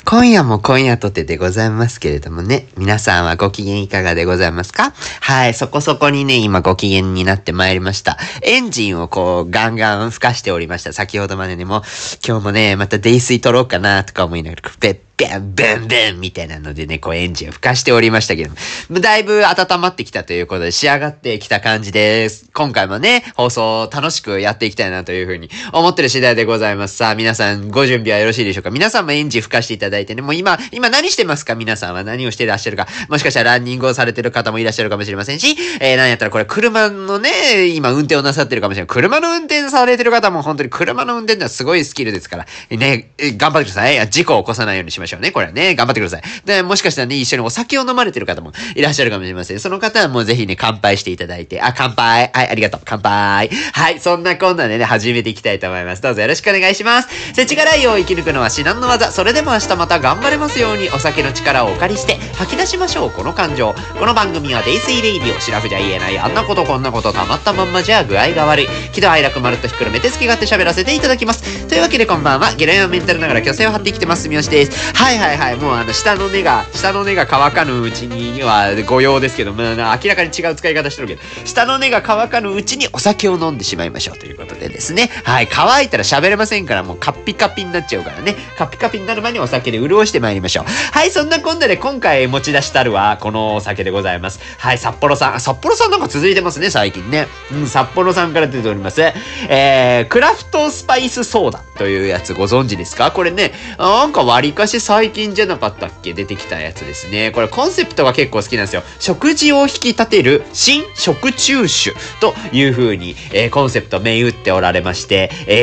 今夜も今夜とてでございますけれどもね、皆さんはご機嫌いかがでございますか？はい、そこそこにね、今ご機嫌になってまいりました。エンジンをガンガン吹かしておりました。先ほどまでね、今日もね、また泥酔取ろうかなとか思いながら、ベンベンベンみたいなのでね、エンジンを吹かしておりましたけども、だいぶ温まってきたということで仕上がってきた感じです。今回もね、放送楽しくやっていきたいなというふうに思ってる次第でございます。さあ、皆さんご準備はよろしいでしょうか？皆さんもエンジン吹かしていただいてね、もう今何してますか？皆さんは何をしていらっしゃるか。もしかしたらランニングをされてる方もいらっしゃるかもしれませんし、なんやったらこれ車のね、今運転をなさってるかもしれない。車の運転されてる方も本当に車の運転ってのはすごいスキルですから、ね、頑張ってください。事故を起こさないようにしましょうね。これはね、頑張ってください。で、もしかしたらね、一緒にお酒を飲まれてる方もいらっしゃるかもしれません。その方はもうぜひね、乾杯していただいて、乾杯。はい、ありがとう。乾杯。はい、そんなこんなでね、始めていきたいと思います。どうぞよろしくお願いします。世知辛いを生き抜くのは至難の技。それでも明日また頑張れますように、お酒の力をお借りして吐き出しましょう、この感情。この番組は泥酔レイディオ、シラフじゃ言えない、あんなことこんなことたまったまんまじゃ具合が悪い。喜怒哀楽まるっとひっくるめて好き勝手喋らせていただきます。というわけでこんばんは、ゲラヤメンタルながら虚勢を張ってきてます、三好です。はい、もう下の根が乾かぬうちにはご用ですけど、明らかに違う使い方してるけど、下の根が乾かぬうちにお酒を飲んでしまいましょうということでですね。はい、乾いたら喋れませんから、もうカッピカピになっちゃうからね。カッピカピになる前にお酒で潤してまいりましょう。はい、そんなこんなで今回持ち出したるはこのお酒でございます。はい、札幌さんなんか続いてますね、最近ね。札幌さんから出ております。クラフトスパイスソーダというやつご存知ですか？これね、なんか割かし最近じゃなかったっけ？出てきたやつですね。これコンセプトが結構好きなんですよ。食事を引き立てる新食中酒という風に、コンセプト銘打っておられまして、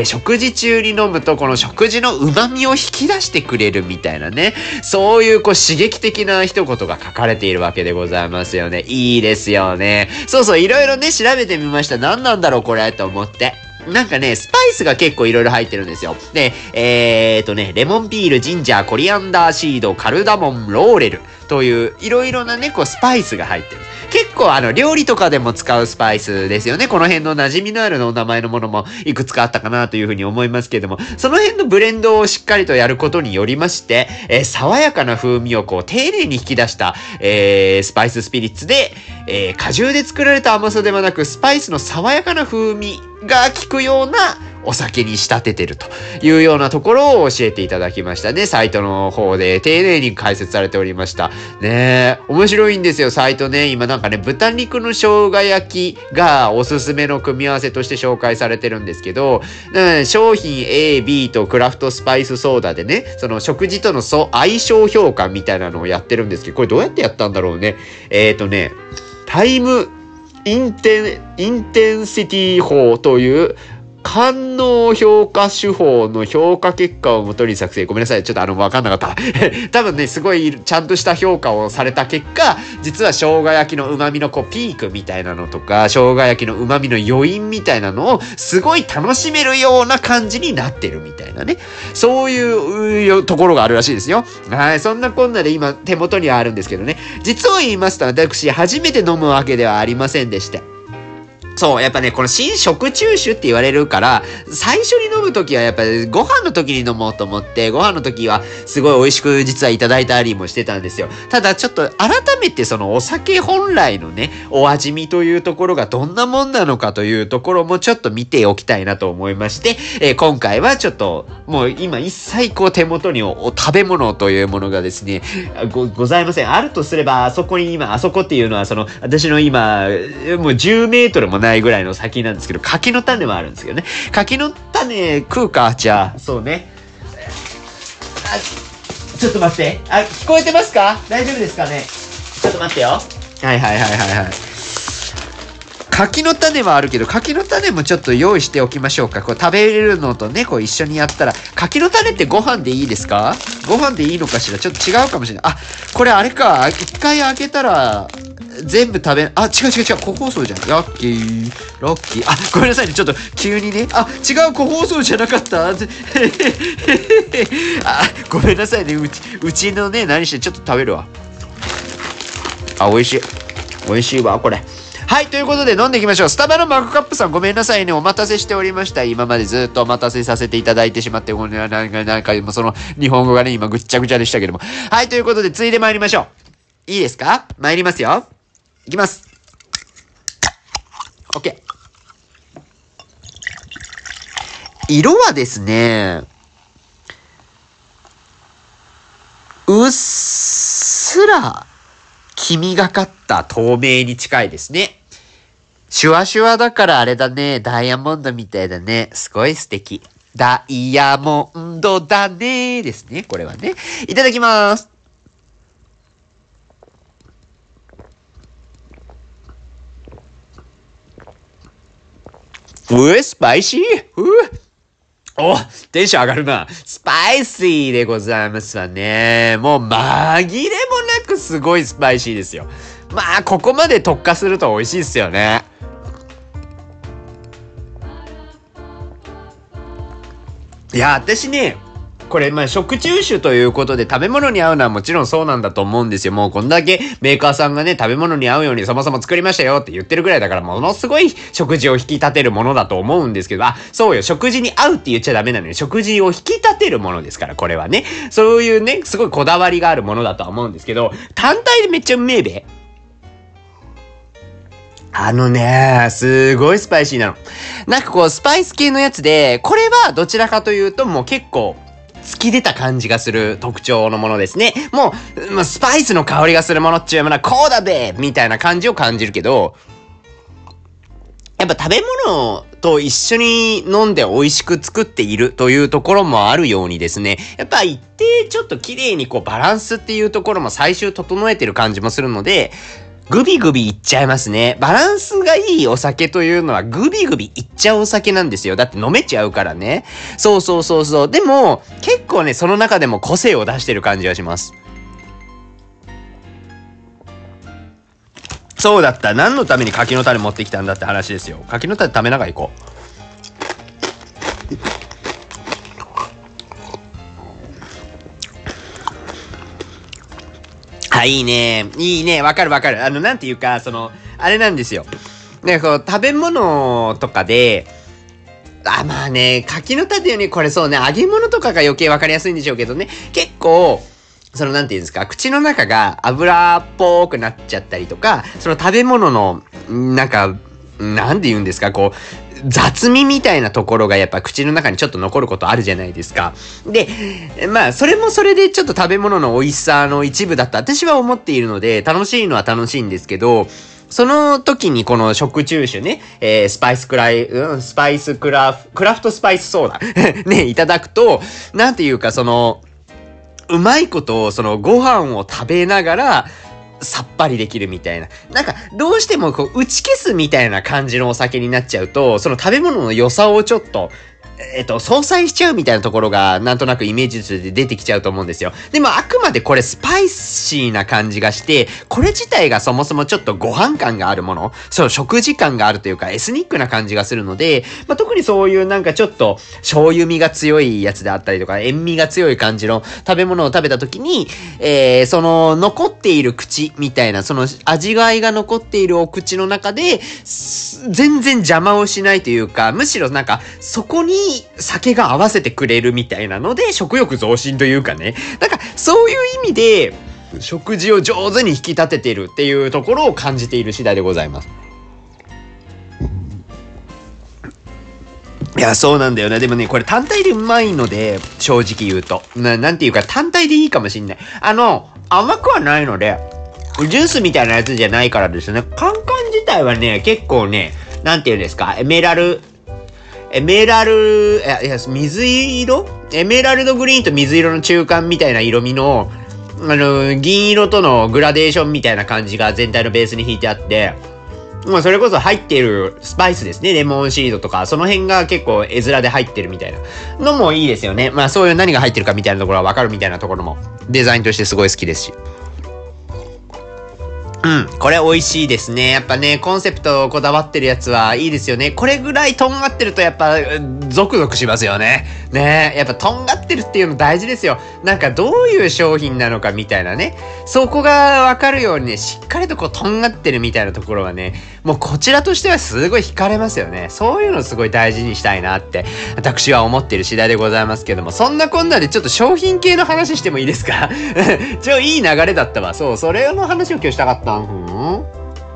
食事中に飲むとこの食事の旨味を引き出してくれるみたいなね。そういう刺激的な一言が書かれているわけでございますよね。いいですよね。そう、いろいろね、調べてみました。何なんだろうこれと思って。なんかね、スパイスが結構いろいろ入ってるんですよ。で、レモンピール、ジンジャー、コリアンダーシード、カルダモン、ローレルといういろいろなね、スパイスが入ってる。結構料理とかでも使うスパイスですよね。この辺の馴染みのあるお名前のものもいくつかあったかなというふうに思いますけれども、その辺のブレンドをしっかりとやることによりまして、爽やかな風味を丁寧に引き出した、スパイススピリッツで、果汁で作られた甘さではなく、スパイスの爽やかな風味が効くようなお酒に仕立ててるというようなところを教えていただきましたね。サイトの方で丁寧に解説されておりました。ねえ、面白いんですよ、サイトね。今なんかね、豚肉の生姜焼きがおすすめの組み合わせとして紹介されてるんですけど、商品 A、B とクラフトスパイスソーダでね、その食事との相性評価みたいなのをやってるんですけど、これどうやってやったんだろうね。タイムインテンシティ法という官能評価手法の評価結果をもとに作成。ごめんなさい。ちょっとわかんなかった。多分ね、すごいちゃんとした評価をされた結果、実は生姜焼きの旨味のピークみたいなのとか、生姜焼きの旨味の余韻みたいなのをすごい楽しめるような感じになってるみたいなね。そういうところがあるらしいですよ。はい。そんなこんなで今手元にはあるんですけどね。実を言いますと私初めて飲むわけではありませんでして。そう、やっぱね、この新食中酒って言われるから、最初に飲むときはやっぱりご飯の時に飲もうと思って、ご飯の時はすごい美味しく実はいただいたりもしてたんですよ。ただちょっと改めてそのお酒本来のね、お味見というところがどんなもんなのかというところもちょっと見ておきたいなと思いまして、今回はちょっと、もう今一切手元に食べ物というものがですね、ございません。あるとすれば、あそこっていうのは私の今、もう10メートルもないぐらいの先なんですけど、柿の種もあるんですけどね。柿の種食うか、じゃあ。そうね。ちょっと待って。聞こえてますか？大丈夫ですかね？ちょっと待ってよ。はい。柿の種はあるけど、柿の種もちょっと用意しておきましょうか。食べれるのとね、一緒にやったら。柿の種ってご飯でいいですか？ご飯でいいのかしら？ちょっと違うかもしれない。これあれか。一回開けたら、全部違う。個包装じゃん。ラッキー。ごめんなさいね。ちょっと急にね。違う、個包装じゃなかった。ごめんなさいね。うちのね、何してちょっと食べるわ。美味しいわ、これ。 はい、ということで飲んでいきましょう。スタバのマグカップさんごめんなさいね。お待たせしておりました。今までずっとお待たせさせていただいてしまって、これなんかその日本語がね、今ぐっちゃぐちゃでしたけども。はい、ということでついで参りましょう。いいですか？参りますよ。いきます。OK。色はですね、うっすら黄みがかった透明に近いですね。シュワシュワだからあれだね。ダイヤモンドみたいだね。すごい素敵。ダイヤモンドだねですね。これはね。いただきます。スパイシーお、テンション上がるな。スパイシーでございますわね。もう紛れもなくすごいスパイシーですよ。まあ、ここまで特化すると美味しいですよね。いや、私ね、これ、食中酒ということで食べ物に合うのはもちろんそうなんだと思うんですよ。もうこんだけメーカーさんがね、食べ物に合うようにそもそも作りましたよって言ってるぐらいだから、ものすごい食事を引き立てるものだと思うんですけど、そうよ、食事に合うって言っちゃダメなのに、食事を引き立てるものですから、これはね。そういうね、すごいこだわりがあるものだとは思うんですけど、単体でめっちゃうめえべ。すごいスパイシーなの。なんかこう、スパイス系のやつで、これはどちらかというともう結構、突き出た感じがする特徴のものですね。もう、スパイスの香りがするものっていうものはこうだべみたいな感じを感じるけど、やっぱ食べ物と一緒に飲んで美味しく作っているというところもあるようにですね、やっぱ一定ちょっと綺麗にこうバランスっていうところも最終整えてる感じもするので、グビグビいっちゃいますね。バランスがいいお酒というのはグビグビいっちゃうお酒なんですよ。だって飲めちゃうからね。そう。でも、結構ね、その中でも個性を出してる感じがします。そうだった。何のために柿の種持ってきたんだって話ですよ。柿の種食べながら行こう。いいね。いいね。わかる。なんていうか、あれなんですよ。ね、こう、食べ物とかで、まあね、柿の種よりこれそうね、揚げ物とかが余計わかりやすいんでしょうけどね、結構、なんていうんですか、口の中が油っぽくなっちゃったりとか、その食べ物の、なんて言うんですか、こう、雑味みたいなところがやっぱ口の中にちょっと残ることあるじゃないですか。で、それもそれでちょっと食べ物の美味しさの一部だと私は思っているので、楽しいのは楽しいんですけど、その時にこの食中酒ね、スパイスクラフトスパイスソーダね、いただくと、なんていうかうまいことをご飯を食べながら、さっぱりできるみたいな。なんか、どうしてもこう、打ち消すみたいな感じのお酒になっちゃうと、その食べ物の良さをちょっと、相殺しちゃうみたいなところが、なんとなくイメージとして出てきちゃうと思うんですよ。でも、あくまでこれスパイシーな感じがして、これ自体がそもそもちょっとご飯感があるもの、食事感があるというか、エスニックな感じがするので、特にそういうなんかちょっと、醤油味が強いやつであったりとか、塩味が強い感じの食べ物を食べた時に、残っている口みたいな、味わいが残っているお口の中で、全然邪魔をしないというか、むしろなんか、そこに酒が合わせてくれるみたいなので、食欲増進というかね。なんか、そういう意味で、食事を上手に引き立てているっていうところを感じている次第でございます。いや、そうなんだよな。でもね、これ単体でうまいので、正直言うと。なんていうか、単体でいいかもしんない。甘くはないので、ジュースみたいなやつじゃないからですね。カンカン自体はね、結構ね、なんていうんですか、水色エメラルドグリーンと水色の中間みたいな色味の、銀色とのグラデーションみたいな感じが全体のベースに引いてあって、それこそ入っているスパイスですね。レモンシードとか、その辺が結構絵面で入ってるみたいなのもいいですよね。そういう何が入ってるかみたいなところはわかるみたいなところも、デザインとしてすごい好きですし。これ美味しいですね。やっぱね、コンセプトこだわってるやつはいいですよね。これぐらいとんがってるとやっぱ、 ゾクゾクしますよね。ねえ、やっぱとんがってるっていうの大事ですよ。なんかどういう商品なのかみたいなね。そこがわかるようにね、しっかりとこうとんがってるみたいなところはね、もうこちらとしてはすごい惹かれますよね。そういうのすごい大事にしたいなって、私は思ってる次第でございますけども、そんなこんなでちょっと商品系の話してもいいですか？いい流れだったわ。そう、それの話を今日したかったん。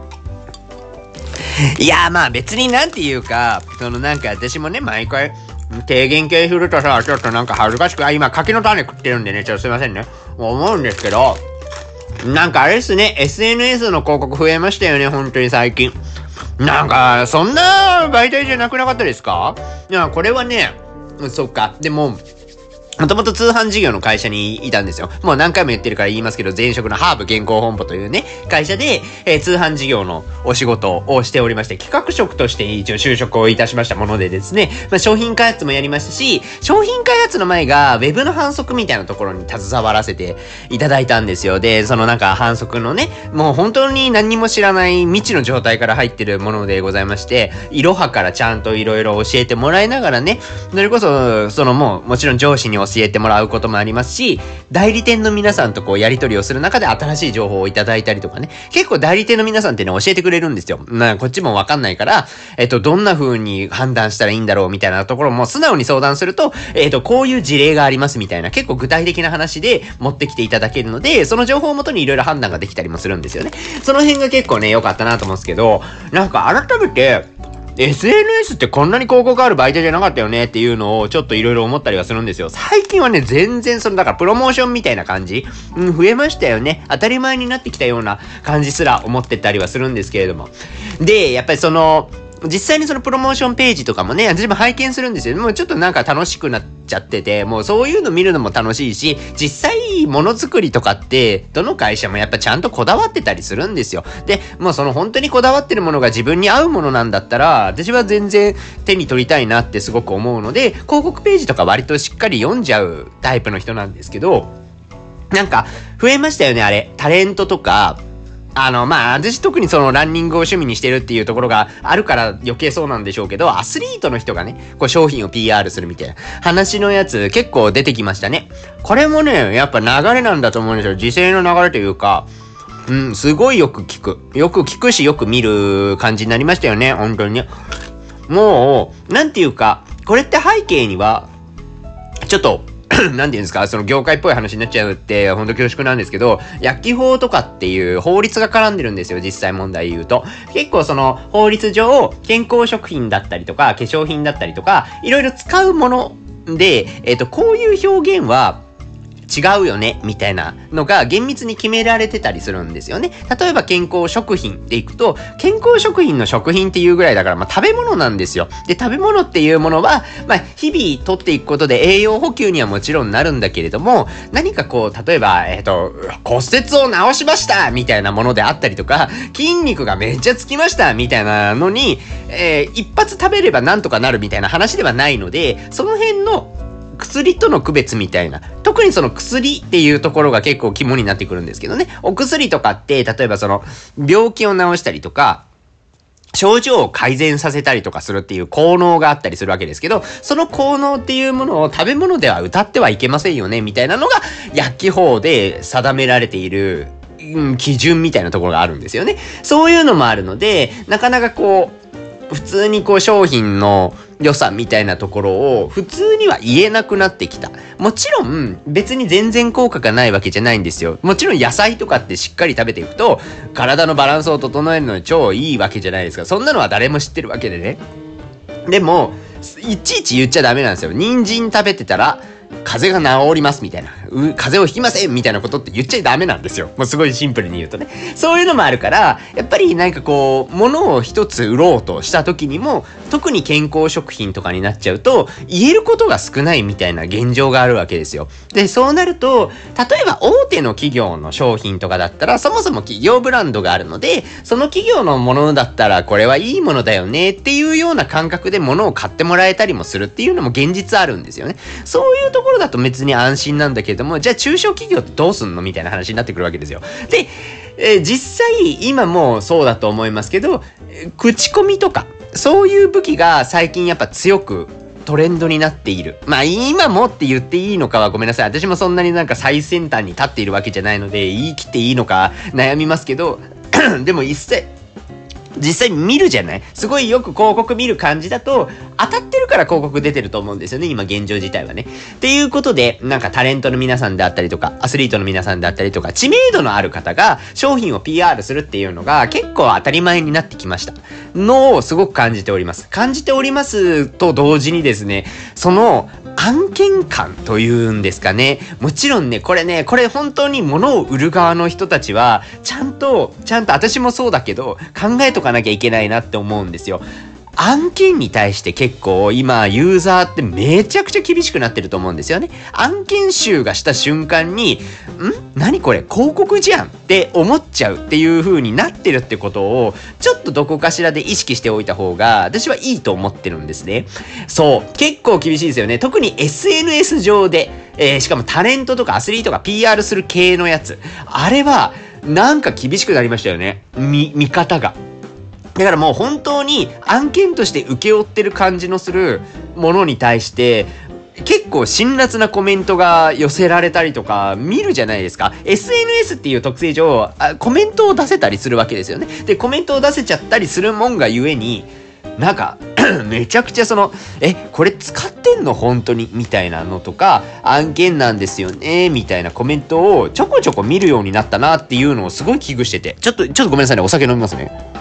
いやまあ別になんていうか、なんか私もね、毎回、低減系するとさ、ちょっとなんか恥ずかしく、今柿の種食ってるんでね、ちょっとすいませんね。思うんですけど、なんかあれですね、SNS の広告増えましたよね、本当に最近。なんか、そんな媒体じゃなくなかったですか？いや、これはね、そっか、でも、もともと通販事業の会社にいたんですよ。もう何回も言ってるから言いますけど、前職のハーブ健康本舗というね、会社で、通販事業のお仕事をしておりまして、企画職として一応就職をいたしましたものでですね、商品開発もやりましたし、商品開発の前が Web の販促みたいなところに携わらせていただいたんですよ。で、なんか販促のね、もう本当に何にも知らない未知の状態から入ってるものでございまして、いろはからちゃんといろいろ教えてもらいながらね、それこそ、もちろん上司に教えてもらうこともありますし、代理店の皆さんとこうやり取りをする中で新しい情報をいただいたりとかね、結構代理店の皆さんってね、教えてくれるんですよ。こっちもわかんないから、どんな風に判断したらいいんだろうみたいなところも素直に相談すると、こういう事例がありますみたいな、結構具体的な話で持ってきていただけるので、その情報をもとにいろいろ判断ができたりもするんですよね。その辺が結構ね、良かったなと思うんですけど、なんか改めて、SNS ってこんなに広告ある媒体じゃなかったよねっていうのをちょっといろいろ思ったりはするんですよ。最近はね、全然だからプロモーションみたいな感じ、増えましたよね。当たり前になってきたような感じすら思ってたりはするんですけれども。で、やっぱり実際にプロモーションページとかもね、私も拝見するんですよ。もうちょっとなんか楽しくなっちゃってて、もうそういうの見るのも楽しいし、実際ものづくりとかって、どの会社もやっぱちゃんとこだわってたりするんですよ。で、もう本当にこだわってるものが自分に合うものなんだったら、私は全然手に取りたいなってすごく思うので、広告ページとか割としっかり読んじゃうタイプの人なんですけど、なんか増えましたよね、あれ。タレントとか、私特にランニングを趣味にしてるっていうところがあるから余計そうなんでしょうけど、アスリートの人がね、こう商品を PR するみたいな話のやつ結構出てきましたね。これもね、やっぱ流れなんだと思うんですよ。時勢の流れというか、すごいよく聞く。よく聞くし、よく見る感じになりましたよね、本当にね。もう、なんていうか、これって背景には、ちょっと、なんていうんですか、業界っぽい話になっちゃうって、ほんと恐縮なんですけど、薬機法とかっていう法律が絡んでるんですよ、実際問題言うと。結構法律上、健康食品だったりとか、化粧品だったりとか、いろいろ使うもので、こういう表現は、違うよねみたいなのが厳密に決められてたりするんですよね。例えば健康食品でいくと、健康食品の食品っていうぐらいだから、食べ物なんですよ。で、食べ物っていうものは、日々取っていくことで栄養補給にはもちろんなるんだけれども、何かこう、例えば、骨折を治しましたみたいなものであったりとか、筋肉がめっちゃつきましたみたいなのに、一発食べればなんとかなるみたいな話ではないので、その辺の薬との区別みたいな。特に薬っていうところが結構肝になってくるんですけどね。お薬とかって、例えば病気を治したりとか、症状を改善させたりとかするっていう効能があったりするわけですけど、その効能っていうものを食べ物では謳ってはいけませんよね、みたいなのが薬機法で定められている、基準みたいなところがあるんですよね。そういうのもあるので、なかなかこう、普通にこう商品の良さみたいなところを普通には言えなくなってきた。もちろん別に全然効果がないわけじゃないんですよ。もちろん野菜とかってしっかり食べていくと体のバランスを整えるのに超いいわけじゃないですか。そんなのは誰も知ってるわけでね。でもいちいち言っちゃダメなんですよ。人参食べてたら風邪が治りますみたいな、風邪をひきませんみたいなことって言っちゃダメなんですよ。もうすごいシンプルに言うとね。そういうのもあるから、やっぱりなんかこう、物を一つ売ろうとした時にも、特に健康食品とかになっちゃうと、言えることが少ないみたいな現状があるわけですよ。で、そうなると、例えば大手の企業の商品とかだったら、そもそも企業ブランドがあるので、その企業のものだったら、これはいいものだよねっていうような感覚で物を買ってもらえたりもするっていうのも現実あるんですよね。そういうところだと別に安心なんだけれども、じゃあ中小企業ってどうすんのみたいな話になってくるわけですよ。で、実際今もそうだと思いますけど、口コミとかそういう武器が最近やっぱ強くトレンドになっている。まあ今もって言っていいのかはごめんなさい。私もそんなになんか最先端に立っているわけじゃないので、言い切っていいのか悩みますけど、でも実際見るじゃない？すごいよく広告見る感じだと、当たってるから広告出てると思うんですよね、今現状自体はね。っていうことで、なんかタレントの皆さんであったりとか、アスリートの皆さんであったりとか、知名度のある方が商品を PR するっていうのが結構当たり前になってきました。のをすごく感じております。感じておりますと同時にですね、その案件感というんですかね。もちろんね、これ本当に物を売る側の人たちは、ちゃんと私もそうだけど、考えとかなきゃいけないなって思うんですよ。案件に対して結構今ユーザーってめちゃくちゃ厳しくなってると思うんですよね。案件集がした瞬間に、何これ広告じゃんって思っちゃうっていう風になってるってことをちょっとどこかしらで意識しておいた方が私はいいと思ってるんですね。そう、結構厳しいですよね。特に SNS 上で、しかもタレントとかアスリートが PR する系のやつ。あれはなんか厳しくなりましたよね。見方が。だからもう本当に案件として請け負ってる感じのするものに対して結構辛辣なコメントが寄せられたりとか見るじゃないですか。SNS っていう特性上コメントを出せたりするわけですよね。でコメントを出せちゃったりするもんがゆえになんかめちゃくちゃこれ使ってんの本当にみたいなのとか案件なんですよねみたいなコメントをちょこちょこ見るようになったなっていうのをすごい危惧してて、ちょっとごめんなさいね、お酒飲みますね。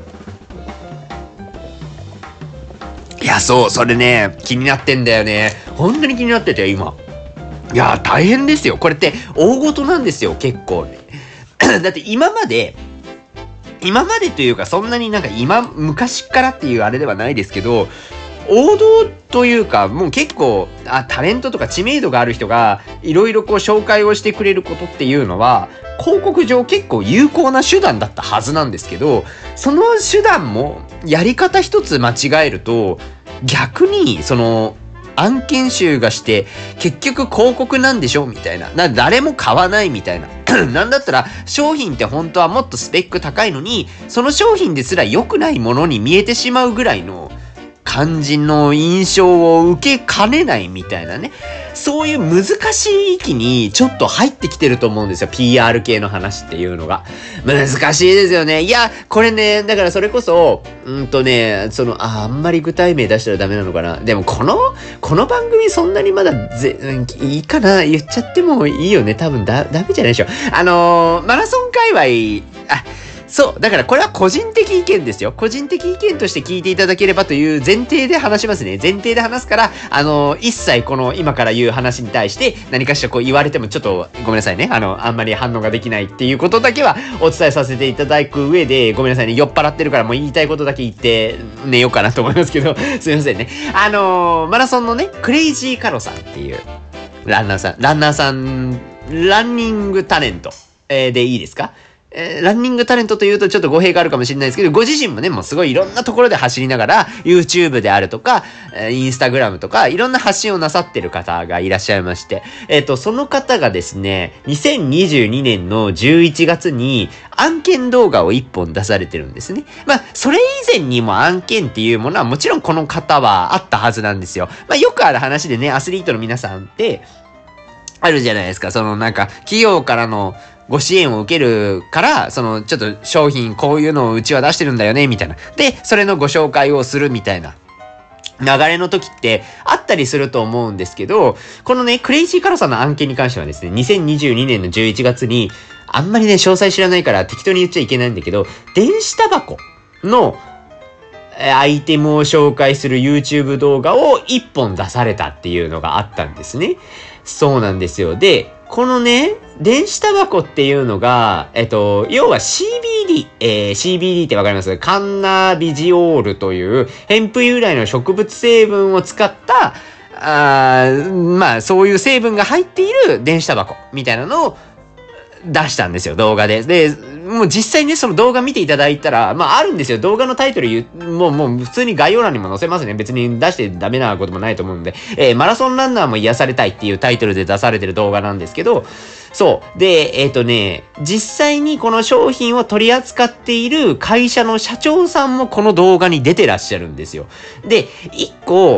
いや、そう、それね、気になってんだよね。本当に気になってて、今。いや、大変ですよ。これって、大事なんですよ、結構ね。だって今までというか、そんなになんか昔からっていうあれではないですけど、王道というか、もう結構、タレントとか知名度がある人が、いろいろこう紹介をしてくれることっていうのは、広告上結構有効な手段だったはずなんですけど、その手段も、やり方一つ間違えると、逆に、案件集がして、結局広告なんでしょみたいな。誰も買わないみたいな。なんだったら、商品って本当はもっとスペック高いのに、その商品ですら良くないものに見えてしまうぐらいの感じの印象を受けかねないみたいなね。そういう難しい域にちょっと入ってきてると思うんですよ。PR 系の話っていうのが。難しいですよね。いや、これね、だからそれこそ、あんまり具体名出したらダメなのかな。でもこの番組そんなにまだいいかな言っちゃってもいいよね。多分ダメじゃないでしょ。マラソン界隈、そう。だからこれは個人的意見ですよ。個人的意見として聞いていただければという前提で話しますね。前提で話すから、一切この今から言う話に対して何かしらこう言われてもちょっとごめんなさいね。あんまり反応ができないっていうことだけはお伝えさせていただく上で、ごめんなさいね。酔っ払ってるからもう言いたいことだけ言って寝ようかなと思いますけど、すいませんね。マラソンのね、クレイジーカロさんっていうランナーさん、ランニングタレント、でいいですか？ランニングタレントというとちょっと語弊があるかもしれないですけど、ご自身もね、もうすごいいろんなところで走りながら、YouTube であるとか、Instagram とか、いろんな発信をなさってる方がいらっしゃいまして、その方がですね、2022年の11月に案件動画を1本出されてるんですね。まあ、それ以前にも案件っていうものはもちろんこの方はあったはずなんですよ。まあ、よくある話でね、アスリートの皆さんって、あるじゃないですか。企業からのご支援を受けるから、ちょっと商品こういうのをうちは出してるんだよね、みたいな。で、それのご紹介をするみたいな流れの時ってあったりすると思うんですけど、このね、クレイジーカロさんの案件に関してはですね、2022年の11月に、あんまりね、詳細知らないから適当に言っちゃいけないんだけど、電子タバコのアイテムを紹介する YouTube 動画を1本出されたっていうのがあったんですね。そうなんですよ。で、このね、電子タバコっていうのが、要は CBD、CBD ってわかります？カンナビジオールというヘンプ由来の植物成分を使った、まあそういう成分が入っている電子タバコみたいなのを出したんですよ、動画で。で、もう実際にね、その動画見ていただいたら、まああるんですよ。動画のタイトルもう普通に概要欄にも載せますね。別に出してダメなこともないと思うんで。マラソンランナーも癒されたいっていうタイトルで出されてる動画なんですけど、そう。で、実際にこの商品を取り扱っている会社の社長さんもこの動画に出てらっしゃるんですよ。で、一個、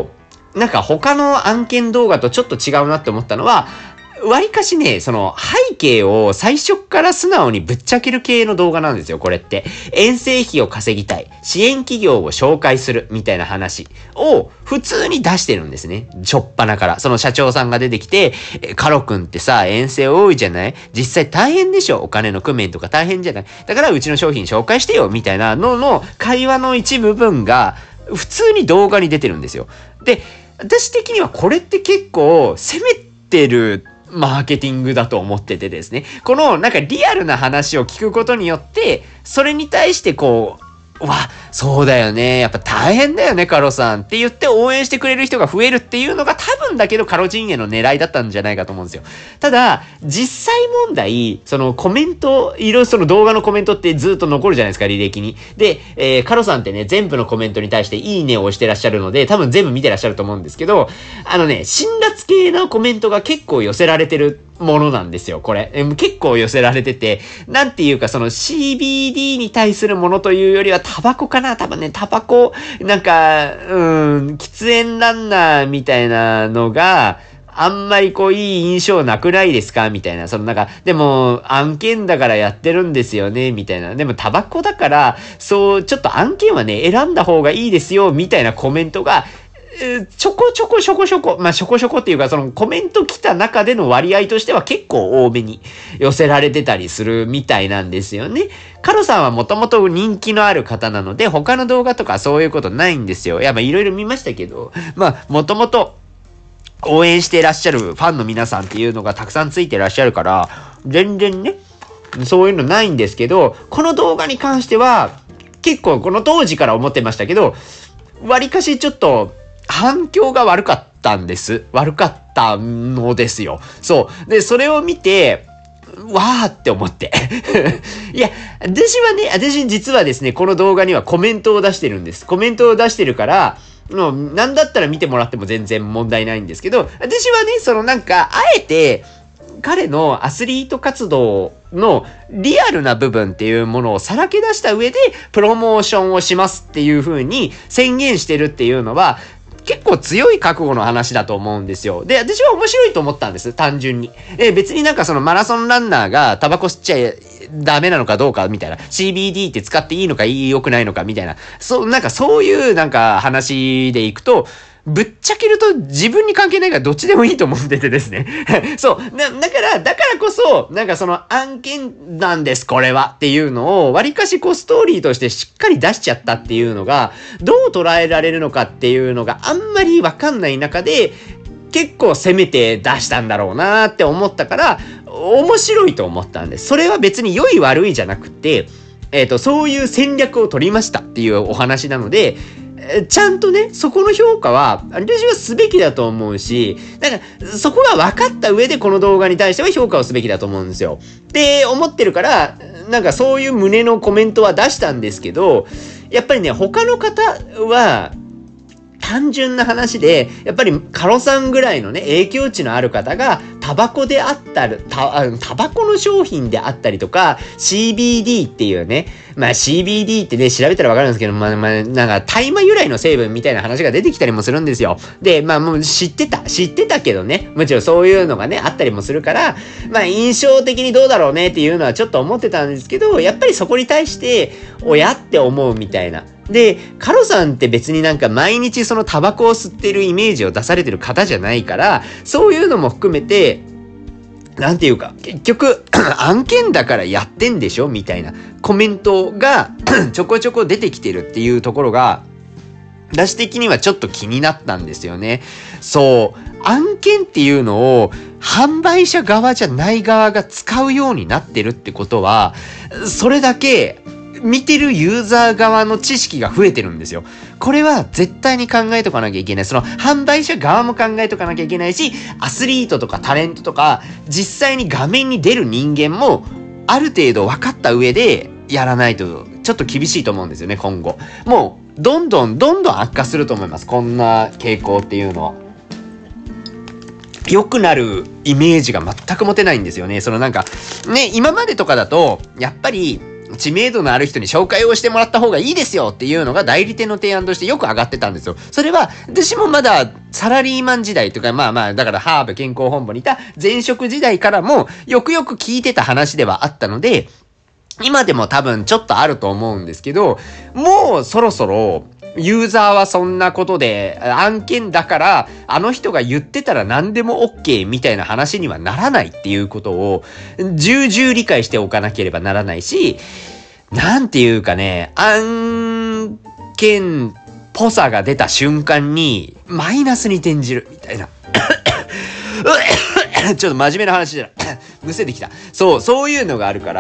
なんか他の案件動画とちょっと違うなって思ったのは、わりかしね、その背景を最初から素直にぶっちゃける系の動画なんですよ、これって。遠征費を稼ぎたい。支援企業を紹介する。みたいな話を普通に出してるんですね。しょっぱなから。その社長さんが出てきて、カロ君ってさ、遠征多いじゃない？実際大変でしょ？お金の工面とか大変じゃない？だからうちの商品紹介してよみたいなのの会話の一部分が普通に動画に出てるんですよ。で、私的にはこれって結構攻めてるマーケティングだと思っててですね。このなんかリアルな話を聞くことによって、それに対してこう、そうだよね。やっぱ大変だよね、カロさんって言って応援してくれる人が増えるっていうのが多分だけどカロ陣営の狙いだったんじゃないかと思うんですよ。ただ、実際問題、そのコメント、いろいろその動画のコメントってずっと残るじゃないですか、履歴に。で、カロさんってね、全部のコメントに対していいねを押してらっしゃるので、多分全部見てらっしゃると思うんですけど、辛辣系のコメントが結構寄せられてるものなんですよ、これ。結構寄せられてて、なんていうかその CBD に対するものというよりはタバコかな？多分ね、タバコ、なんか、喫煙ランナーみたいなのが、あんまりこういい印象なくないですかみたいな。そのなんか、でも案件だからやってるんですよねみたいな。でもタバコだから、そう、ちょっと案件はね、選んだ方がいいですよみたいなコメントが、ちょこちょこっていうか、そのコメント来た中での割合としては結構多めに寄せられてたりするみたいなんですよね。カロさんはもともと人気のある方なので、他の動画とかそういうことないんですよ。いろいろ見ましたけど、もともと応援していらっしゃるファンの皆さんっていうのがたくさんついてらっしゃるから、全然ね、そういうのないんですけど、この動画に関しては、結構この当時から思ってましたけど、割かしちょっと、反響が悪かったんです。悪かったのですよ。そう。で、それを見て、わーって思って。いや、私実はですね、この動画にはコメントを出してるんです。コメントを出してるから、なんだったら見てもらっても全然問題ないんですけど、私はね、あえて、彼のアスリート活動のリアルな部分っていうものをさらけ出した上でプロモーションをしますっていう風に宣言してるっていうのは結構強い覚悟の話だと思うんですよ。で、私は面白いと思ったんです。単純に。別になんかそのマラソンランナーがタバコ吸っちゃダメなのかどうかみたいな。CBD って使っていいのか良くないのかみたいな。そういうなんか話でいくと、ぶっちゃけると自分に関係ないからどっちでもいいと思っててですね。そう。だからこそ、なんかその案件なんです、これはっていうのを、割かしストーリーとしてしっかり出しちゃったっていうのが、どう捉えられるのかっていうのがあんまりわかんない中で、結構攻めて出したんだろうなって思ったから、面白いと思ったんです。それは別に良い悪いじゃなくて、そういう戦略を取りましたっていうお話なので、ちゃんとね、そこの評価は、私はすべきだと思うし、そこが分かった上でこの動画に対しては評価をすべきだと思うんですよ。って思ってるから、そういう旨のコメントは出したんですけど、やっぱりね、他の方は、単純な話で、やっぱりカロさんぐらいのね、影響値のある方が、タバコであったり、タバコの商品であったりとか、CBD っていうね、CBD ってね、調べたらわかるんですけど、大麻由来の成分みたいな話が出てきたりもするんですよ。で、もう知ってたけどね、もちろんそういうのがね、あったりもするから、印象的にどうだろうねっていうのはちょっと思ってたんですけど、やっぱりそこに対して、親って思うみたいな。で、カロさんって別に毎日そのタバコを吸ってるイメージを出されてる方じゃないから、そういうのも含めて、なんていうか、結局、案件だからやってんでしょみたいなコメントがちょこちょこ出てきてるっていうところが、私的にはちょっと気になったんですよね。そう。案件っていうのを販売者側じゃない側が使うようになってるってことは、それだけ見てるユーザー側の知識が増えてるんですよ。これは絶対に考えとかなきゃいけない。その販売者側も考えとかなきゃいけないし、アスリートとかタレントとか、実際に画面に出る人間も、ある程度分かった上でやらないと、ちょっと厳しいと思うんですよね、今後。もう、どんどん悪化すると思います。こんな傾向っていうのは。良くなるイメージが全く持てないんですよね。今までとかだと、やっぱり、知名度のある人に紹介をしてもらった方がいいですよっていうのが代理店の提案としてよく上がってたんですよ。それは私もまだサラリーマン時代とか、まあまあ、だからハーブ健康本部にいた前職時代からもよくよく聞いてた話ではあったので、今でも多分ちょっとあると思うんですけど、もうそろそろユーザーはそんなことで案件だからあの人が言ってたら何でも OK みたいな話にはならないっていうことを重々理解しておかなければならないし、なんていうかね、案件っぽさが出た瞬間にマイナスに転じるみたいな。ちょっと真面目な話じゃない。むせてきた。そういうのがあるから、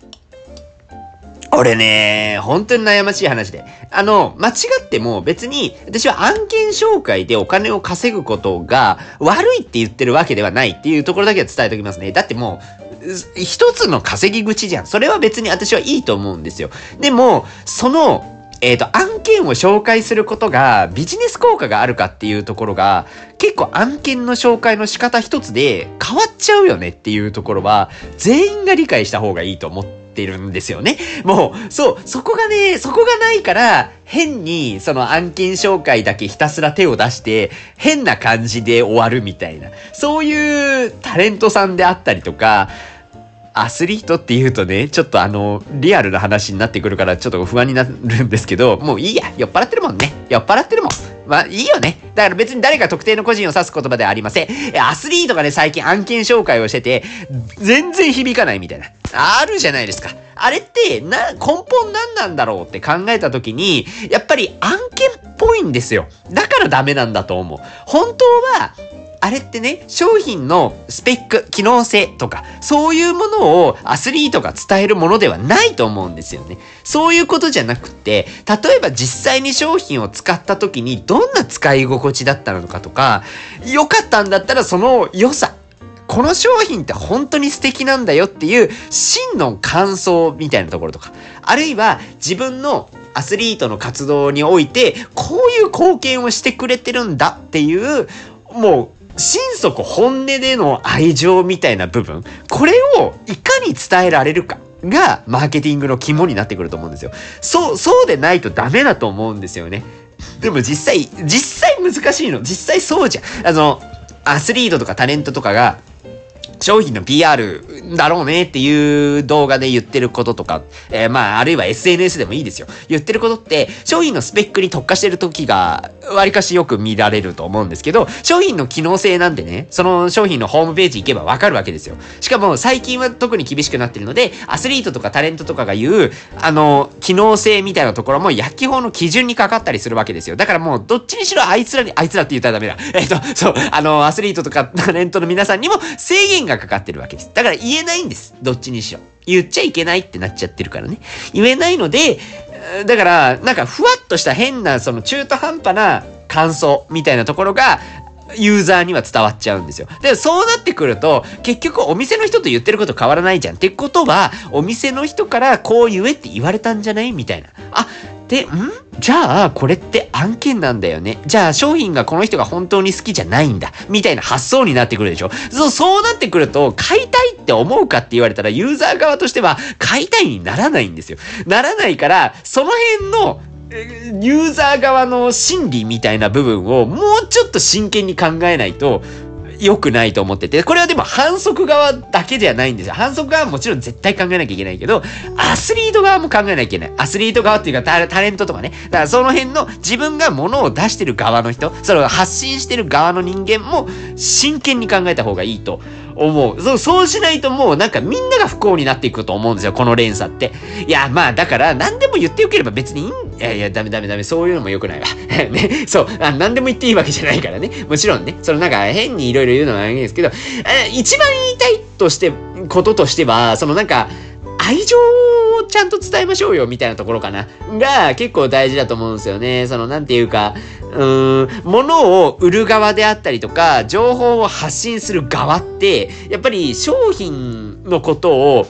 俺ね、本当に悩ましい話で。間違っても別に、私は案件紹介でお金を稼ぐことが悪いって言ってるわけではないっていうところだけは伝えておきますね。だってもう、一つの稼ぎ口じゃん。それは別に私はいいと思うんですよ。でも、案件を紹介することがビジネス効果があるかっていうところが、結構案件の紹介の仕方一つで変わっちゃうよねっていうところは、全員が理解した方がいいと思ってるんですよね。もう、そこがないから、変にその案件紹介だけひたすら手を出して、変な感じで終わるみたいな。そういうタレントさんであったりとか、アスリートって言うとね、ちょっとリアルな話になってくるからちょっと不安になるんですけど、もういいや。酔っ払ってるもんね。酔っ払ってるもん。まあいいよね。だから別に誰か特定の個人を指す言葉ではありません。アスリートがね、最近案件紹介をしてて、全然響かないみたいな。あるじゃないですか。あれって、根本何なんだろうって考えたときに、やっぱり案件っぽいんですよ。だからダメなんだと思う。本当は、あれってね、商品のスペック、機能性とか、そういうものをアスリートが伝えるものではないと思うんですよね。そういうことじゃなくって、例えば実際に商品を使った時にどんな使い心地だったのかとか、良かったんだったらその良さ、この商品って本当に素敵なんだよっていう真の感想みたいなところとか、あるいは自分のアスリートの活動において、こういう貢献をしてくれてるんだっていう、もう、心底本音での愛情みたいな部分、これをいかに伝えられるかがマーケティングの肝になってくると思うんですよ。そうでないとダメだと思うんですよね。でも実際難しいの。実際そうじゃん。アスリートとかタレントとかが商品の PR だろうねっていう動画で言ってることとか、まあ、あるいは SNS でもいいですよ。言ってることって、商品のスペックに特化してる時が、わりかしよく見られると思うんですけど、商品の機能性なんてね、その商品のホームページ行けばわかるわけですよ。しかも、最近は特に厳しくなってるので、アスリートとかタレントとかが言う、機能性みたいなところも薬機法の基準にかかったりするわけですよ。だからもう、どっちにしろあいつらって言ったらダメだ。アスリートとかタレントの皆さんにも制限がかかってるわけです。だから言えないんです。どっちにしろ。言っちゃいけないってなっちゃってるからね。言えないので、だから、なんかふわっとした変な、その中途半端な感想みたいなところが、ユーザーには伝わっちゃうんですよ。で、そうなってくると、結局お店の人と言ってること変わらないじゃん。ってことは、お店の人からこう言えって言われたんじゃないみたいな。じゃあ、これって案件なんだよね。じゃあ、商品がこの人が本当に好きじゃないんだ。みたいな発想になってくるでしょ。そうなってくると、買いたいって思うかって言われたら、ユーザー側としては、買いたいにならないんですよ。ならないから、その辺の、ユーザー側の心理みたいな部分をもうちょっと真剣に考えないと良くないと思ってて、これはでも反則側だけではないんですよ。反則側はもちろん絶対考えなきゃいけないけど、アスリート側も考えなきゃいけない。アスリート側っていうかタレントとかね。だからその辺の自分が物を出してる側の人、それを発信してる側の人間も真剣に考えた方がいいと思う。そうしないともうなんかみんなが不幸になっていくと思うんですよ、この連鎖って。いや、まあだから何でも言ってよければ別にいいん、いや、ダメ、そういうのも良くないわ。ね、何でも言っていいわけじゃないからね。もちろんね、なんか変にいろいろ言うのはないんですけど、一番言いたいこととしては、なんか、愛情をちゃんと伝えましょうよ、みたいなところかな。が結構大事だと思うんですよね。なんていうか、物を売る側であったりとか、情報を発信する側って、やっぱり商品のことを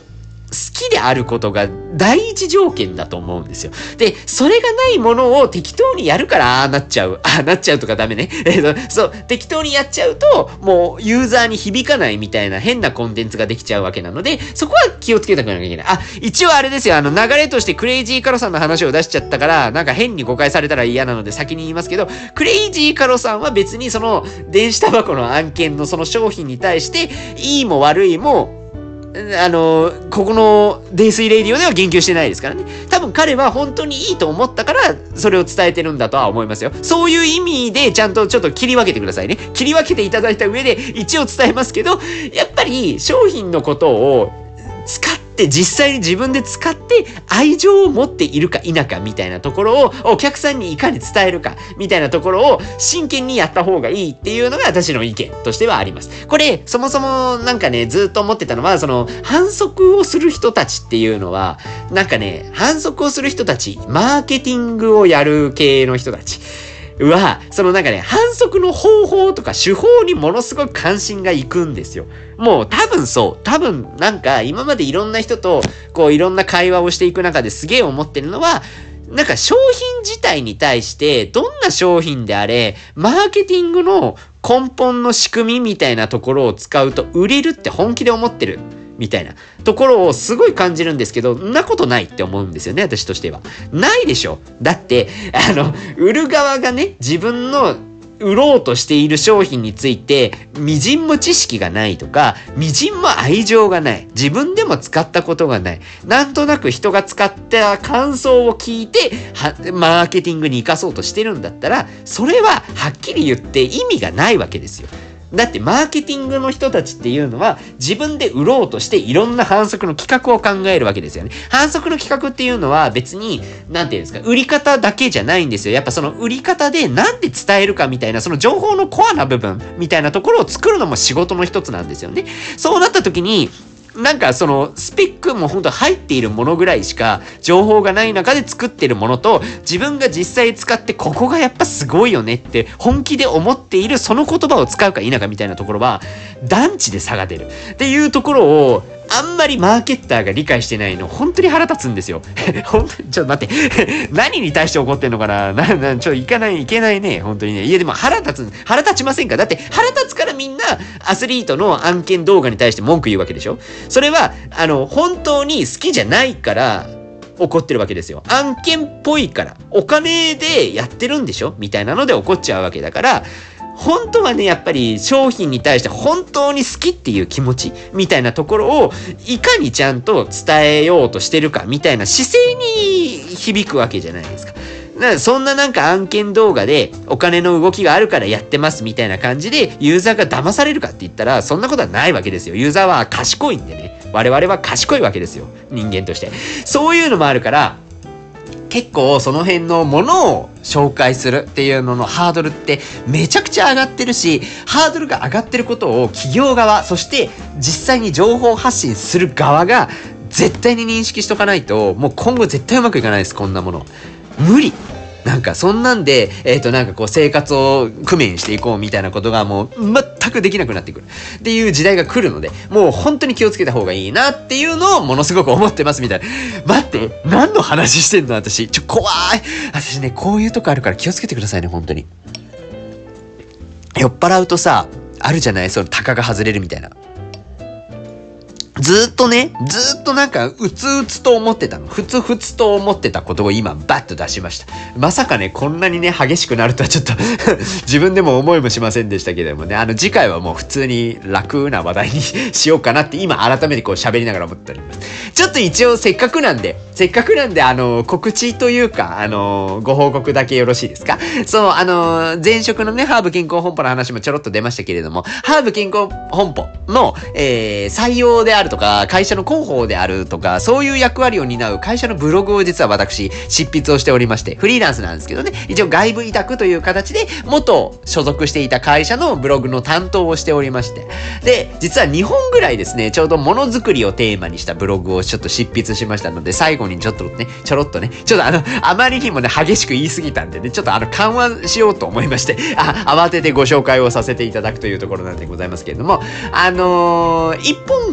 きであることが第一条件だと思うんですよ。で、それがないものを適当にやるからああなっちゃうとかダメね。そう、適当にやっちゃうと、もうユーザーに響かないみたいな変なコンテンツができちゃうわけなので、そこは気をつけたくなきゃいけない。一応あれですよ、流れとしてクレイジーカロさんの話を出しちゃったから、なんか変に誤解されたら嫌なので先に言いますけど、クレイジーカロさんは別にその電子タバコの案件のその商品に対して、いいも悪いも、ここの泥酔レイディオでは言及してないですからね。多分彼は本当にいいと思ったから、それを伝えてるんだとは思いますよ。そういう意味でちゃんとちょっと切り分けてくださいね。切り分けていただいた上で一応伝えますけど、やっぱり商品のことを使って実際に自分で使って愛情を持っているか否かみたいなところをお客さんにいかに伝えるかみたいなところを真剣にやった方がいいっていうのが私の意見としてはあります。これそもそもなんかねずっと思ってたのはその反則をする人たちっていうのはなんかね反則をする人たちマーケティングをやる系の人たちは、そのなんかね、反則の方法とか手法にものすごく関心がいくんですよ。もう多分なんか今までいろんな人とこういろんな会話をしていく中ですげえ思ってるのは、なんか商品自体に対してどんな商品であれ、マーケティングの根本の仕組みみたいなところを使うと売れるって本気で思ってる。みたいなところをすごい感じるんですけど、んなことないって思うんですよね、私としては。ないでしょ。だって、売る側がね、自分の売ろうとしている商品について、みじんも知識がないとか、みじんも愛情がない。自分でも使ったことがない。なんとなく人が使った感想を聞いて、マーケティングに活かそうとしてるんだったら、それははっきり言って意味がないわけですよ。だってマーケティングの人たちっていうのは自分で売ろうとしていろんな反則の企画を考えるわけですよね。反則の企画っていうのは別になんていうんですか、売り方だけじゃないんですよ。やっぱその売り方でなんで伝えるかみたいなその情報のコアな部分みたいなところを作るのも仕事の一つなんですよね。そうなった時になんかそのスペックも本当入っているものぐらいしか情報がない中で作ってるものと自分が実際使ってここがやっぱすごいよねって本気で思っているその言葉を使うか否かみたいなところは団地で差が出るっていうところをあんまりマーケッターが理解してないの本当に腹立つんですよ。本当にちょっと待って何に対して怒ってんのかなちょっといけないね本当にね。いやでも腹立ちませんか。だって腹立つからみんなアスリートの案件動画に対して文句言うわけでしょ。それは本当に好きじゃないから怒ってるわけですよ。案件っぽいからお金でやってるんでしょみたいなので怒っちゃうわけだから、本当はねやっぱり商品に対して本当に好きっていう気持ちみたいなところをいかにちゃんと伝えようとしてるかみたいな姿勢に響くわけじゃないですか。そんななんか案件動画でお金の動きがあるからやってますみたいな感じでユーザーが騙されるかって言ったらそんなことはないわけですよ。ユーザーは賢いんでね。我々は賢いわけですよ。人間として。そういうのもあるから結構その辺のものを紹介するっていうののハードルってめちゃくちゃ上がってるし、ハードルが上がってることを企業側、そして実際に情報発信する側が絶対に認識しとかないと、もう今後絶対うまくいかないです、こんなもの。無理。なんかそんなんで、なんかこう生活を工面していこうみたいなことがもう全くできなくなってくるっていう時代が来るので、もう本当に気をつけた方がいいなっていうのをものすごく思ってますみたいな。待って、何の話してんの私。怖い。私ね、こういうとこあるから気をつけてくださいね、本当に。酔っ払うとさ、あるじゃない、その鷹が外れるみたいな。ずっとなんかうつうつと思ってたの。ふつふつと思ってたことを今バッと出しました。まさかね、こんなにね、激しくなるとはちょっと自分でも思いもしませんでしたけれどもね、次回はもう普通に楽な話題にしようかなって今改めてこう喋りながら思っております。ちょっと一応せっかくなんで、告知というか、ご報告だけよろしいですか？そう、前職のね、ハーブ健康本舗の話もちょろっと出ましたけれども、ハーブ健康本舗の、採用であるとか、会社の広報であるとか、そういう役割を担う会社のブログを実は私、執筆をしておりまして、フリーランスなんですけどね、一応外部委託という形で、元所属していた会社のブログの担当をしておりまして、で、実は2本ぐらいですね、ちょうどものづくりをテーマにしたブログをちょっと執筆しましたので、最後にちょろっとね、ちょっとあまりにもね、激しく言い過ぎたんでね、ちょっと緩和しようと思いまして、慌ててご紹介をさせていただくというところなんでございますけれども、1本がですね、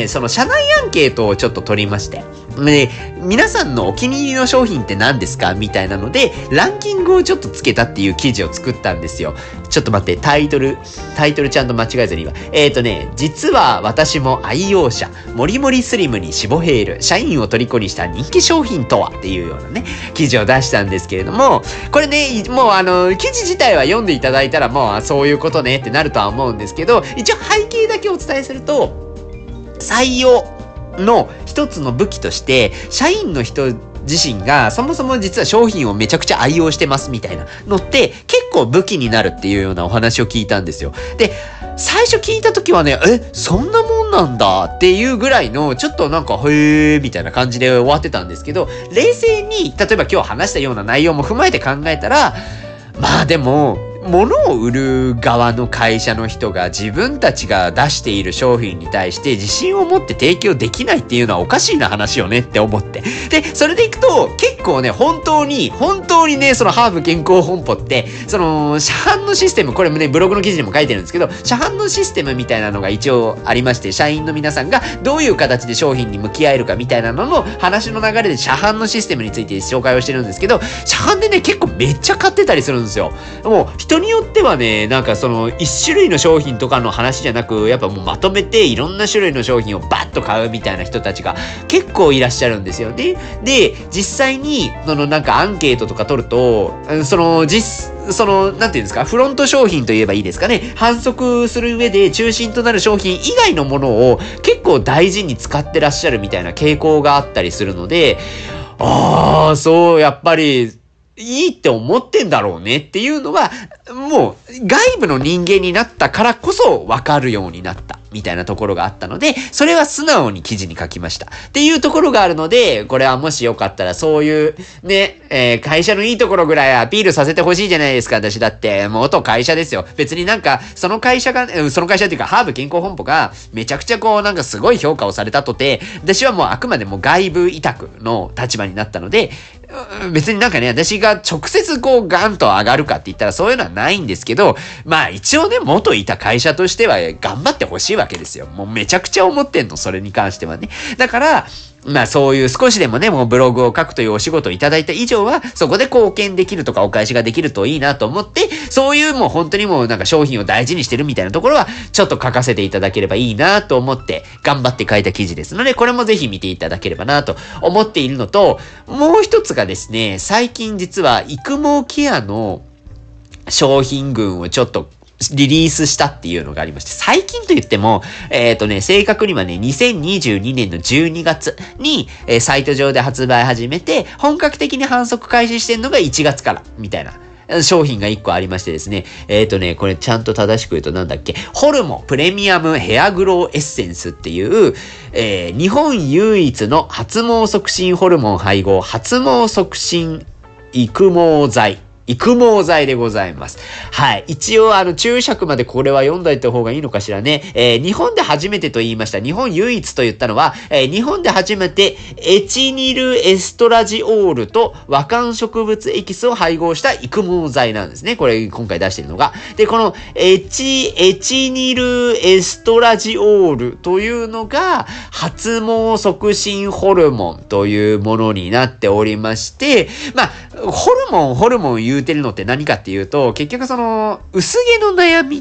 ね、その社内アンケートをちょっと取りまして。で、皆さんのお気に入りの商品って何ですかみたいなので、ランキングをちょっとつけたっていう記事を作ったんですよ。ちょっと待って、タイトルちゃんと間違えずには。実は私も愛用者、もりもりスリムにシボヘール、社員を虜にした人気商品とはっていうようなね、記事を出したんですけれども、これね、もう記事自体は読んでいただいたらもうそういうことねってなるとは思うんですけど、一応背景だけお伝えすると、採用の一つの武器として、社員の人自身がそもそも実は商品をめちゃくちゃ愛用してますみたいなのって結構武器になるっていうようなお話を聞いたんですよ。で、最初聞いた時はね、そんなもんなんだっていうぐらいのちょっとなんかへーみたいな感じで終わってたんですけど、冷静に例えば今日話したような内容も踏まえて考えたら、まあでも物を売る側の会社の人が自分たちが出している商品に対して自信を持って提供できないっていうのはおかしいな話よねって思って。で、それでいくと結構ね、本当にね、そのハーブ健康本舗って、その市販のシステム、これもね、ブログの記事にも書いてるんですけど、市販のシステムみたいなのが一応ありまして、社員の皆さんがどういう形で商品に向き合えるかみたいなのの話の流れで市販のシステムについて紹介をしてるんですけど、市販でね、結構めっちゃ買ってたりするんですよ。もう人によってはね、なんかその一種類の商品とかの話じゃなく、やっぱもうまとめていろんな種類の商品をバッと買うみたいな人たちが結構いらっしゃるんですよね。で、実際にそのなんかアンケートとか取ると、なんていうんですか、フロント商品と言えばいいですかね、販促する上で中心となる商品以外のものを結構大事に使ってらっしゃるみたいな傾向があったりするので、そう、やっぱりいいって思ってんだろうねっていうのは、もう外部の人間になったからこそ分かるようになったみたいなところがあったので、それは素直に記事に書きましたっていうところがあるので、これはもしよかったらそういうね、会社のいいところぐらいアピールさせてほしいじゃないですか。私だって元会社ですよ。別になんかその会社っていうかハーブ健康本舗がめちゃくちゃこうなんかすごい評価をされたとて、私はもうあくまでも外部委託の立場になったので、別になんかね、私が直接こうガンと上がるかって言ったらそういうのはないんですけど、まあ一応ね、元いた会社としては頑張ってほしいわけですよ。もうめちゃくちゃ思ってんの、それに関してはね。だから、まあそういう少しでもね、もうブログを書くというお仕事をいただいた以上は、そこで貢献できるとかお返しができるといいなと思って、そういうもう本当にもうなんか商品を大事にしてるみたいなところは、ちょっと書かせていただければいいなと思って、頑張って書いた記事ですので、これもぜひ見ていただければなと思っているのと、もう一つがですね、最近実は育毛ケアの商品群をちょっとリリースしたっていうのがありまして、最近と言っても、正確にはね、2022年の12月に、サイト上で発売始めて、本格的に販促開始してんのが1月から、みたいな。商品が1個ありましてですね。これちゃんと正しく言うとなんだっけ、ホルモンプレミアムヘアグローエッセンスっていう、日本唯一の発毛促進ホルモン配合発毛促進育毛剤でございます。はい。一応、注釈までこれは読んどいた方がいいのかしらね。日本で初めてと言いました。日本唯一と言ったのは、日本で初めてエチニルエストラジオールと和漢植物エキスを配合した育毛剤なんですね。これ、今回出しているのが。で、このエチニルエストラジオールというのが、発毛促進ホルモンというものになっておりまして、まあ、ホルモン言うてるのって何かっていうと、結局その、薄毛の悩みって、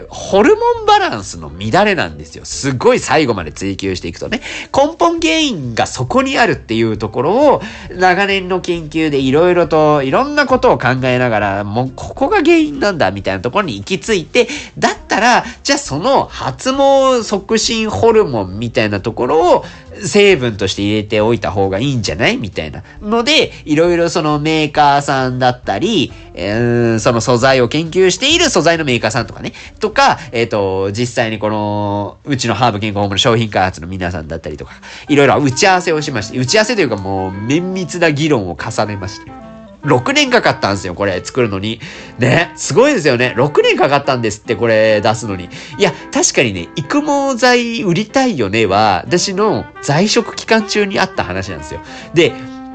ホルモンバランスの乱れなんですよ。すっごい最後まで追求していくとね。根本原因がそこにあるっていうところを、長年の研究でいろいろんなことを考えながら、もうここが原因なんだみたいなところに行き着いて、だったら、じゃあその発毛促進ホルモンみたいなところを、成分として入れておいた方がいいんじゃないみたいなので、いろいろそのメーカーさんだったり、その素材を研究している素材のメーカーさんとかね、とか、実際にこの、うちのハーブ健康ホームの商品開発の皆さんだったりとか、いろいろ打ち合わせをしまして、打ち合わせというかもう綿密な議論を重ねまして、6年かかったんですよ、これ作るのに。ね、すごいですよね。6年かかったんですって、これ出すのに。いや、確かにね、育毛剤売りたいよねは、私の在職期間中にあった話なんですよ。で、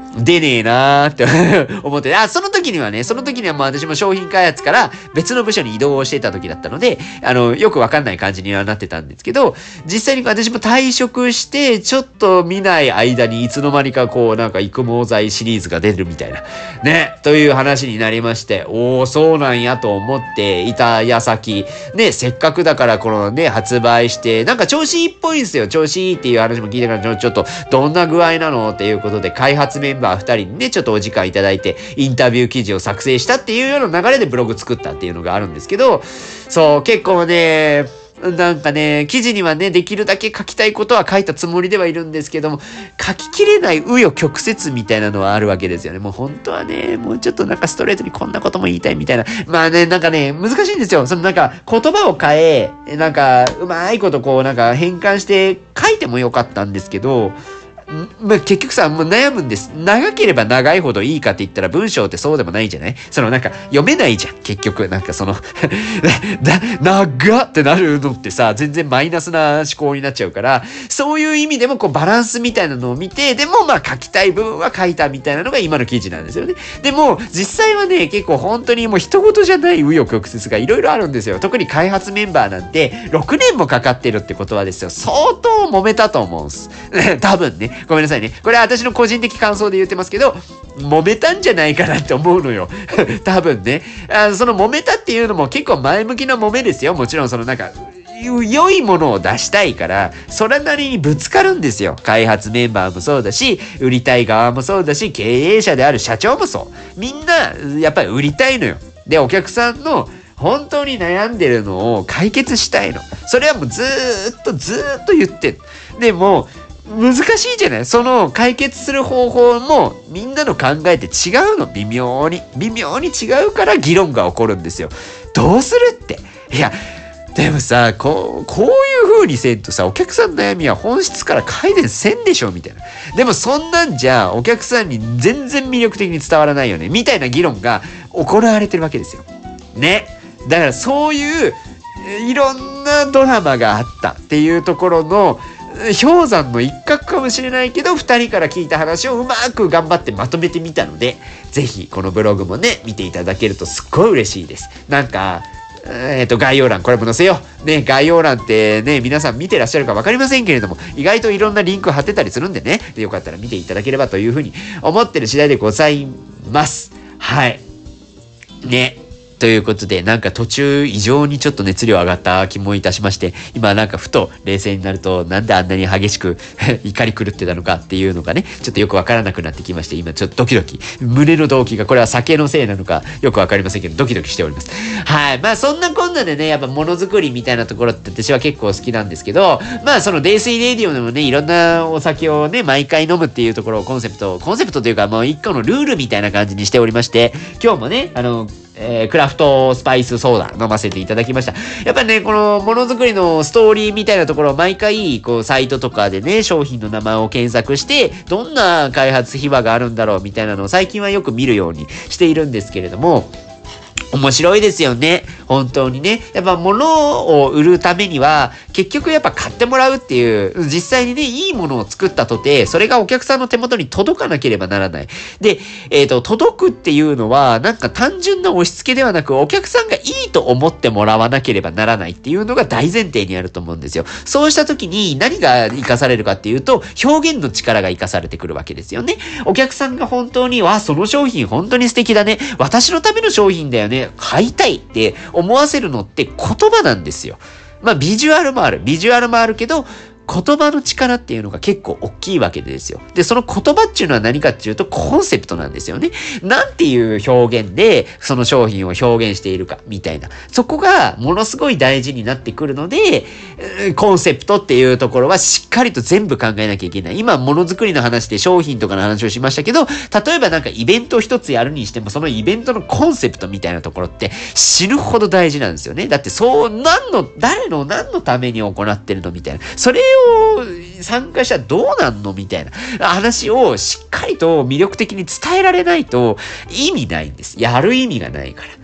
出ねえなーって思って、その時にはもう私も商品開発から別の部署に移動してた時だったので、よくわかんない感じにはなってたんですけど、実際に私も退職して、ちょっと見ない間にいつの間にかこう、なんか育毛剤シリーズが出るみたいな、ね、という話になりまして、おー、そうなんやと思っていた矢先、ね、せっかくだからこのね、発売して、なんか調子いいっぽいんですよ。調子いいっていう話も聞いてからちょっと、どんな具合なのっていうことで、開発メンバー2人にね、ちょっとお時間いただいて、インタビュー記事を作成したっていうような流れでブログ作ったっていうのがあるんですけど、そう、結構ね、なんかね、記事にはね、できるだけ書きたいことは書いたつもりではいるんですけども、書ききれない紆余曲折みたいなのはあるわけですよね。もう本当はね、もうちょっとなんかストレートにこんなことも言いたいみたいな。まあね、なんかね、難しいんですよ。そのなんか言葉を変え、なんかうまいことこうなんか変換して書いてもよかったんですけど、まあ、結局さ、もう悩むんです。長ければ長いほどいいかって言ったら文章ってそうでもないじゃない？そのなんか読めないじゃん。結局、なんかその長ってなるのってさ、全然マイナスな思考になっちゃうから、そういう意味でもこうバランスみたいなのを見て、でもまあ書きたい部分は書いたみたいなのが今の記事なんですよね。でも、実際はね、結構本当にもう人事じゃない紆余曲折がいろいろあるんですよ。特に開発メンバーなんて6年もかかってるってことはですよ。相当揉めたと思うんです。多分ね。ごめんなさいね。これは私の個人的感想で言ってますけど、揉めたんじゃないかなって思うのよ。多分ね。その揉めたっていうのも結構前向きな揉めですよ。もちろんそのなんか、良いものを出したいから、それなりにぶつかるんですよ。開発メンバーもそうだし、売りたい側もそうだし、経営者である社長もそう。みんな、やっぱり売りたいのよ。で、お客さんの本当に悩んでるのを解決したいの。それはもうずーっと言ってる。でも、難しいじゃない？その解決する方法もみんなの考えて違うの。微妙に違うから議論が起こるんですよ。どうするって。いや、でもさ、こういう風にせんとさ、お客さんの悩みは本質から改善せんでしょみたいな。でもそんなんじゃお客さんに全然魅力的に伝わらないよねみたいな議論が行われてるわけですよ。ね。だからそういういろんなドラマがあったっていうところの氷山の一角かもしれないけど、2人から聞いた話をうまく頑張ってまとめてみたので、ぜひこのブログもね、見ていただけるとすっごい嬉しいです。なんか、概要欄、これも載せよう。ね、概要欄ってね、皆さん見てらっしゃるかわかりませんけれども、意外といろんなリンク貼ってたりするんでね、よかったら見ていただければというふうに思ってる次第でございます。はい。ね。ということで、なんか途中異常にちょっと熱量上がった気もいたしまして、今なんかふと冷静になると、なんであんなに激しく怒り狂ってたのかっていうのがね、ちょっとよくわからなくなってきまして、今ちょっとドキドキ、胸の動機が、これは酒のせいなのかよくわかりませんけど、ドキドキしております。はい。まあそんなこんなでね、やっぱものづくりみたいなところって私は結構好きなんですけど、まあその泥酔レディオでもね、いろんなお酒をね、毎回飲むっていうところをコンセプトというか、もう一個のルールみたいな感じにしておりまして、今日もね、クラフトスパイスソーダ飲ませていただきました。やっぱね、このものづくりのストーリーみたいなところを毎回、こう、サイトとかでね、商品の名前を検索して、どんな開発秘話があるんだろうみたいなのを最近はよく見るようにしているんですけれども、面白いですよね。本当にね。やっぱ物を売るためには、結局やっぱ買ってもらうっていう、実際にね、いいものを作ったとて、それがお客さんの手元に届かなければならない。で、届くっていうのは、なんか単純な押し付けではなく、お客さんがいいと思ってもらわなければならないっていうのが大前提にあると思うんですよ。そうした時に何が活かされるかっていうと、表現の力が活かされてくるわけですよね。お客さんが本当に、その商品本当に素敵だね。私のための商品だよね。買いたいって思わせるのって言葉なんですよ。まあビジュアルもあるけど、言葉の力っていうのが結構大きいわけですよ。で、その言葉っていうのは何かっていうとコンセプトなんですよね。なんていう表現でその商品を表現しているかみたいな。そこがものすごい大事になってくるので、コンセプトっていうところはしっかりと全部考えなきゃいけない。今、ものづくりの話で商品とかの話をしましたけど、例えばなんかイベントを一つやるにしても、そのイベントのコンセプトみたいなところって死ぬほど大事なんですよね。だって誰の何のために行ってるのみたいな。それを参加者どうなんのみたいな話をしっかりと魅力的に伝えられないと意味ないんです。やる意味がないから。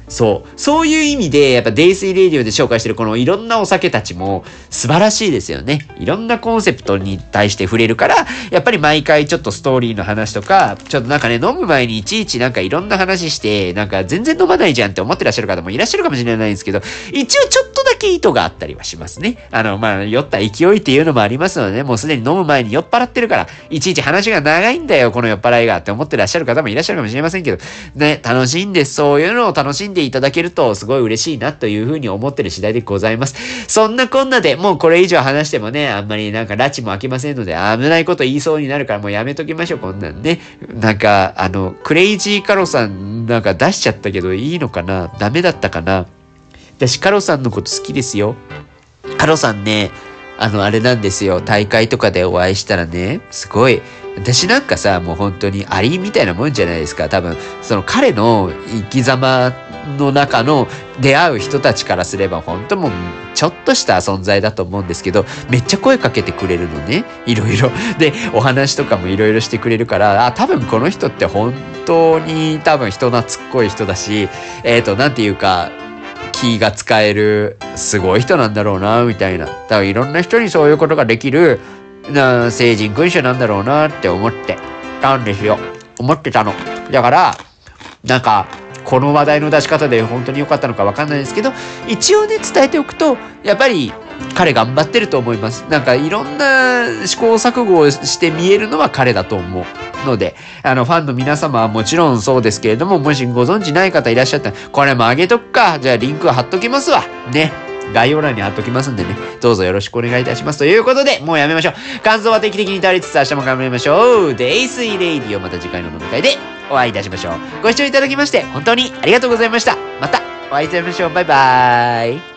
そういう意味で、やっぱデイスイレディオで紹介してるこのいろんなお酒たちも素晴らしいですよね。いろんなコンセプトに対して触れるから、やっぱり毎回ちょっとストーリーの話とか、ちょっとなんかね、飲む前にいちいちなんかいろんな話して、なんか全然飲まないじゃんって思ってらっしゃる方もいらっしゃるかもしれないんですけど、一応ちょっとだけ意図があったりはしますね。酔った勢いっていうのもありますのでね、もうすでに飲む前に酔っ払ってるから、いちいち話が長いんだよ、この酔っ払いがって思ってらっしゃる方もいらっしゃるかもしれませんけど、ね、楽しいんです。そういうのを楽しんでいただけると、すごい嬉しいなというふうに思ってる次第でございます。そんなこんなで、もうこれ以上話してもね、あんまりなんか拉致も開けませんので、危ないこと言いそうになるからもうやめときましょう、こんなんね。なんか、クレイジーカロさんなんか出しちゃったけどいいのかな？ダメだったかな？私カロさんのこと好きですよ。カロさんね、あれなんですよ。大会とかでお会いしたらね、すごい、私なんかさ、もう本当にアリみたいなもんじゃないですか。多分、その彼の生き様の中の出会う人たちからすれば本当もうちょっとした存在だと思うんですけど、めっちゃ声かけてくれるのね。いろいろ。で、お話とかもいろいろしてくれるから、多分この人って本当に多分人懐っこい人だし、なんていうか、気が使えるすごい人なんだろうなみたいな。だからいろんな人にそういうことができる聖人君主なんだろうなって思ってたんですよ。思ってたの。だからなんかこの話題の出し方で本当に良かったのか分かんないですけど、一応ね伝えておくと、やっぱり彼頑張ってると思います。なんかいろんな試行錯誤をして見えるのは彼だと思うので、ファンの皆様はもちろんそうですけれども、もしご存知ない方いらっしゃったら、これもあげとくか。じゃあリンクは貼っときますわ。ね。概要欄に貼っときますんでね。どうぞよろしくお願いいたします。ということで、もうやめましょう。感想は定期的に倒りつつ明日も頑張りましょう。デイスイレイディオ、また次回の飲み会でお会いいたしましょう。ご視聴いただきまして本当にありがとうございました。またお会いしましょう。バイバーイ。